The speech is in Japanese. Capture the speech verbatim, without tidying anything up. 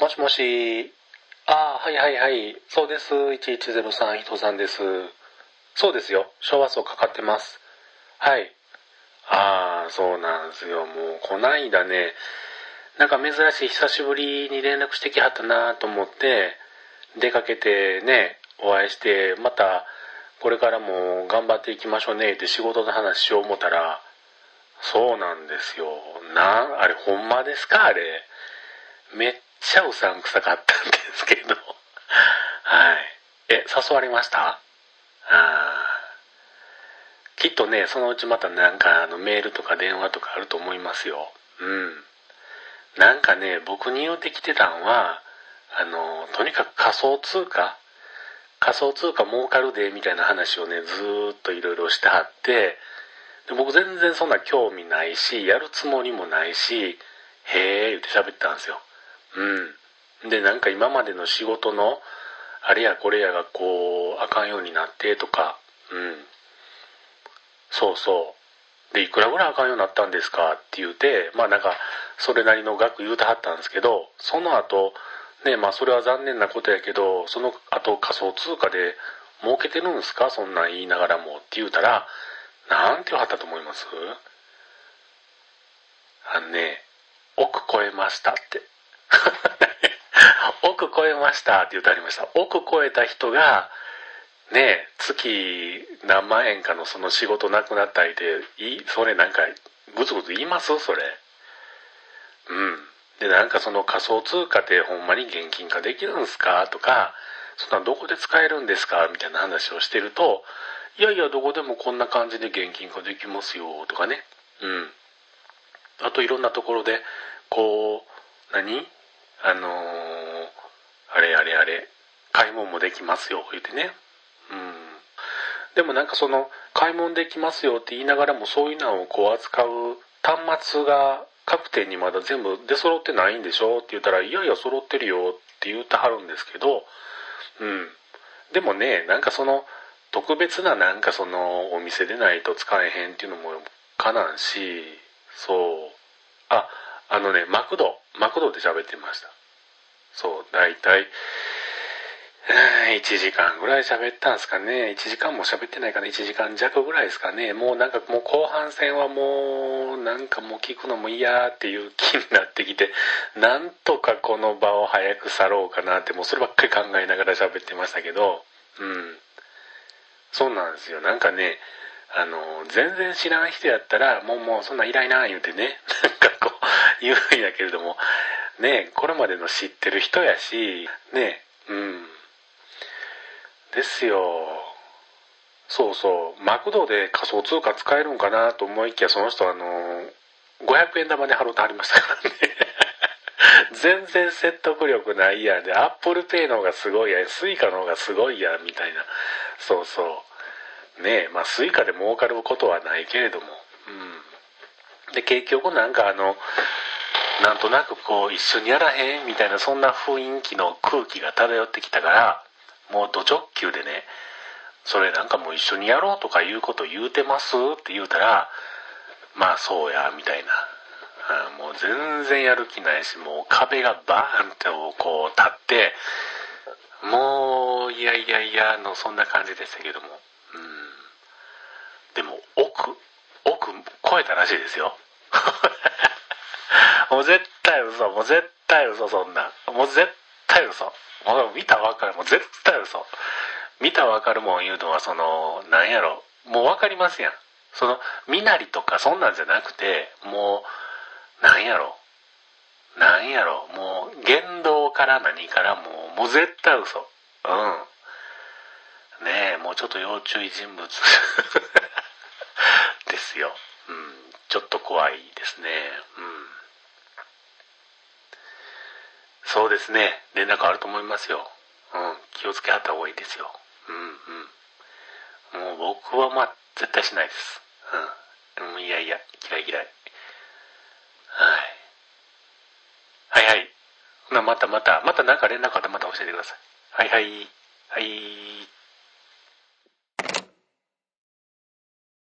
もしもし。ああ、はいはいはい。そうです。いちいちゼロさん人さんです。そうですよ。昭和層かかってます。はい。ああ、そうなんですよ。もう、こないだね、なんか珍しい久しぶりに連絡してきはったなと思って、出かけてね、お会いして、また、これからも頑張っていきましょうねって仕事の話しよう思ったら、そうなんですよ。な、あれほんまですかあれ。めっちゃうさんくさかったんですけど。はい。え、誘われました？あーきっとね、そのうちまたなんかあのメールとか電話とかあると思いますよ。うん。なんかね、僕に言うてきてたんは、あの、とにかく仮想通貨仮想通貨儲かるで、みたいな話をね、ずーっといろいろしてはって、で僕全然そんな興味ないし、やるつもりもないし、へー言って喋ってたんですよ。うん。で、なんか今までの仕事の、あれやこれやがこう、あかんようになってとか、うん。そうそう。で、いくらぐらいあかんようになったんですかって言うて、まあなんか、それなりの額言うてはったんですけど、その後、ね、まあそれは残念なことやけど、その後仮想通貨で儲けてるんですかそんなん言いながらもって言うたら、なんて言わはったと思います？あのね、億超えましたって。億超えましたって言うてありました。億超えた人が、ねえ、月何万円かのその仕事なくなったりで、いそれなんか、ぐつぐつ言いますそれ。うん。で、なんかその仮想通貨ってほんまに現金化できるんすかとか、そんなんどこで使えるんですかみたいな話をしてると、いやいや、どこでもこんな感じで現金化できますよ、とかね。うん。あといろんなところで、こう、何あのー、あれあれあれ、買い物もできますよ、言ってね。うん。でもなんかその、買い物できますよって言いながらもそういうのをこう扱う端末が各店にまだ全部出揃ってないんでしょって言ったら、いやいや揃ってるよって言ってはるんですけど、うん。でもね、なんかその、特別ななんかその、お店でないと使えへんっていうのもかなんし、そう。あ、あのね、マクド、マクドで喋ってました。そう、だいたい、いちじかんぐらい喋ったんすかね。いちじかんも喋ってないかな。いちじかん弱ぐらいですかね。もうなんかもう後半戦はもうなんかもう聞くのも嫌っていう気になってきて、なんとかこの場を早く去ろうかなってもうそればっかり考えながら喋ってましたけど、うん。そうなんですよ。なんかね、あの、全然知らん人やったら、もうもうそんなんいらいな言うてね、なんかこう言うんやけれども、ね、これまでの知ってる人やし、ね、うん。ですよ。そうそう。マクドで仮想通貨使えるんかなと思いきや、その人あの、ごひゃくえん玉で払ってはりましたからね。全然説得力ないやんで、アップルペイの方がすごいやん、スイカの方がすごいやん、みたいな。そうそう。ねえ、まあスイカで儲かることはないけれども。うん。で、結局なんかあの、なんとなくこう一緒にやらへんみたいなそんな雰囲気の空気が漂ってきたから、もうド直球でね、それなんかもう一緒にやろうとかいうこと言うてますって言うたら、まあそうや、みたいな。もう全然やる気ないし、もう壁がバーンってこう立って、もういやいやいやのそんな感じでしたけども。うん、でも奥、奥超えたらしいですよ。もう絶対嘘、もう絶対嘘そんな。もう絶対嘘。もう見たらわかる、もう絶対嘘。見たらわかるもん言うのはその、なんやろ、もうわかりますやん。その、身なりとかそんなんじゃなくて、もう、なんやろ、なんやろ、もう言動から何からもう、もう絶対嘘。うん。ねえ、もうちょっと要注意人物ですよ。うん。ちょっと怖いですね。うん。そうですね。連絡あると思いますよ。うん。気をつけはった方がいいですよ。うんうん。もう僕はまあ、絶対しないです。うん。うん、いやいや、嫌い嫌い。はい。はいはい。ほな、またまた、またなんか連絡あったらまた教えてください。はいはい。はい。